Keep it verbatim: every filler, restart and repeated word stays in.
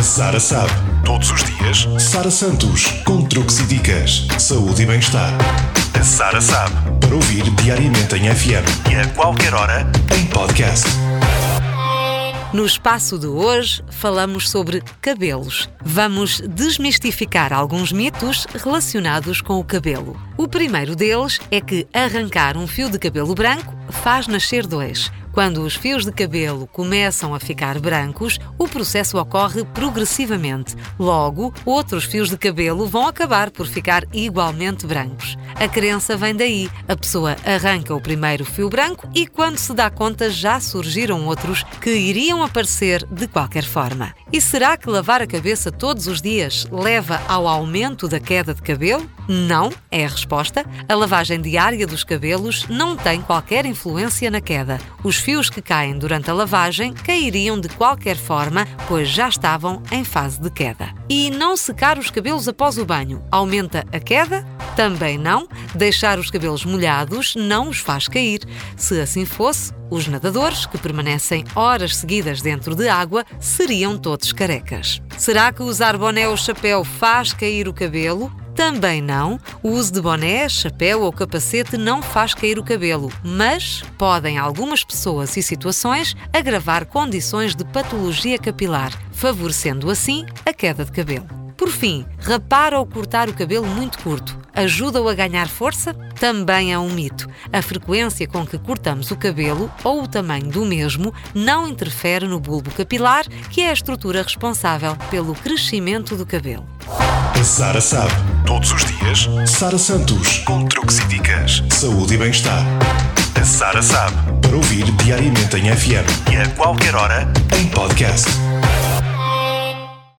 Sara sabe. Todos os dias, Sara Santos, com truques e dicas, saúde e bem-estar. A Sara sabe. Para ouvir diariamente em F M e a qualquer hora em podcast. No espaço de hoje, falamos sobre cabelos. Vamos desmistificar alguns mitos relacionados com o cabelo. O primeiro deles é que arrancar um fio de cabelo branco faz nascer dois. Quando os fios de cabelo começam a ficar brancos, o processo ocorre progressivamente. Logo, outros fios de cabelo vão acabar por ficar igualmente brancos. A crença vem daí. A pessoa arranca o primeiro fio branco e, quando se dá conta, já surgiram outros que iriam aparecer de qualquer forma. E será que lavar a cabeça todos os dias leva ao aumento da queda de cabelo? Não, é a resposta. A lavagem diária dos cabelos não tem qualquer influência na queda. Os fios que caem durante a lavagem cairiam de qualquer forma, pois já estavam em fase de queda. E não secar os cabelos após o banho aumenta a queda? Também não. Deixar os cabelos molhados não os faz cair. Se assim fosse, os nadadores, que permanecem horas seguidas dentro de água, seriam todos carecas. Será que usar boné ou chapéu faz cair o cabelo? Também não. O uso de boné, chapéu ou capacete não faz cair o cabelo, mas podem algumas pessoas e situações agravar condições de patologia capilar, favorecendo assim a queda de cabelo. Por fim, rapar ou cortar o cabelo muito curto ajuda-o a ganhar força? Também é um mito. A frequência com que cortamos o cabelo ou o tamanho do mesmo não interfere no bulbo capilar, que é a estrutura responsável pelo crescimento do cabelo. A Sara sabe. Todos os dias, Sara Santos, com truques e dicas, saúde e bem-estar. A Sara sabe. Para ouvir diariamente em F M e a qualquer hora em podcast.